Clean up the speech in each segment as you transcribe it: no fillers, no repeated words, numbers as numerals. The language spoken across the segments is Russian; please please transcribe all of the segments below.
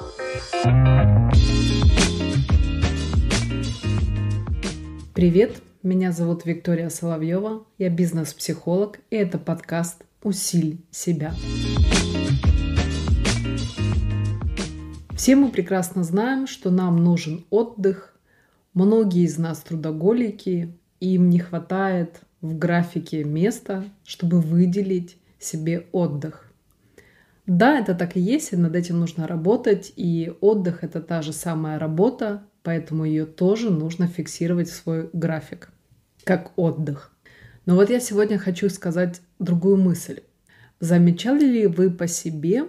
Привет, меня зовут Виктория Соловьева, я бизнес-психолог, и это подкаст «Усиль себя». Все мы прекрасно знаем, что нам нужен отдых. Многие из нас трудоголики, и им не хватает в графике места, чтобы выделить себе отдых. Да, это так и есть, и над этим нужно работать, и отдых – это та же самая работа, поэтому ее тоже нужно фиксировать в свой график, как отдых. Но вот я сегодня хочу сказать другую мысль. Замечали ли вы по себе,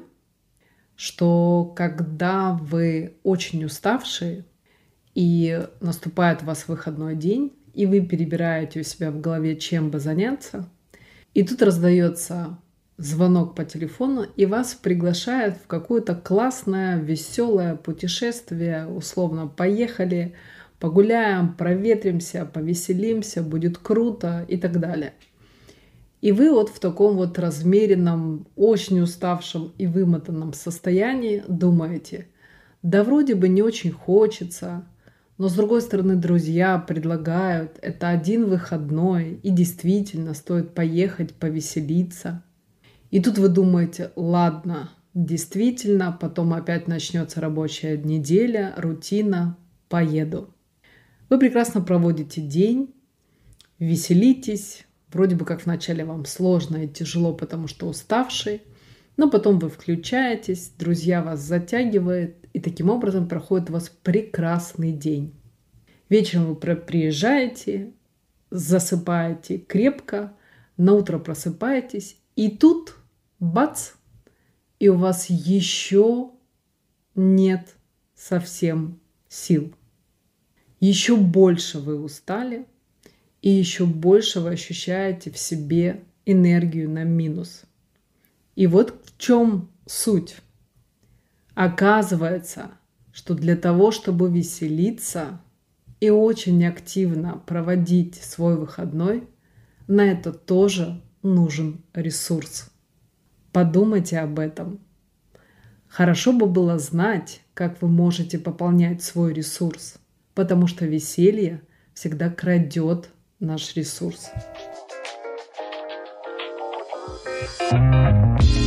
что когда вы очень уставшие, и наступает у вас выходной день, и вы перебираете у себя в голове, чем бы заняться, и тут раздается звонок по телефону, и вас приглашают в какое-то классное, веселое путешествие, условно, поехали, погуляем, проветримся, повеселимся, будет круто и так далее. И вы вот в таком вот размеренном, очень уставшем и вымотанном состоянии думаете, да вроде бы не очень хочется, но с другой стороны друзья предлагают, это один выходной, и действительно стоит поехать, повеселиться. И тут вы думаете, ладно, действительно, потом опять начнется рабочая неделя, рутина, поеду. Вы прекрасно проводите день, веселитесь, вроде бы как вначале вам сложно и тяжело, потому что уставший, но потом вы включаетесь, друзья вас затягивают, и таким образом проходит у вас прекрасный день. Вечером вы приезжаете, засыпаете крепко, наутро просыпаетесь, и тут бац, и у вас еще нет совсем сил. Еще больше вы устали, и еще больше вы ощущаете в себе энергию на минус. И вот в чем суть. Оказывается, что для того, чтобы веселиться и очень активно проводить свой выходной, на это тоже нужен ресурс. Подумайте об этом. Хорошо бы было знать, как вы можете пополнять свой ресурс, потому что веселье всегда крадет наш ресурс.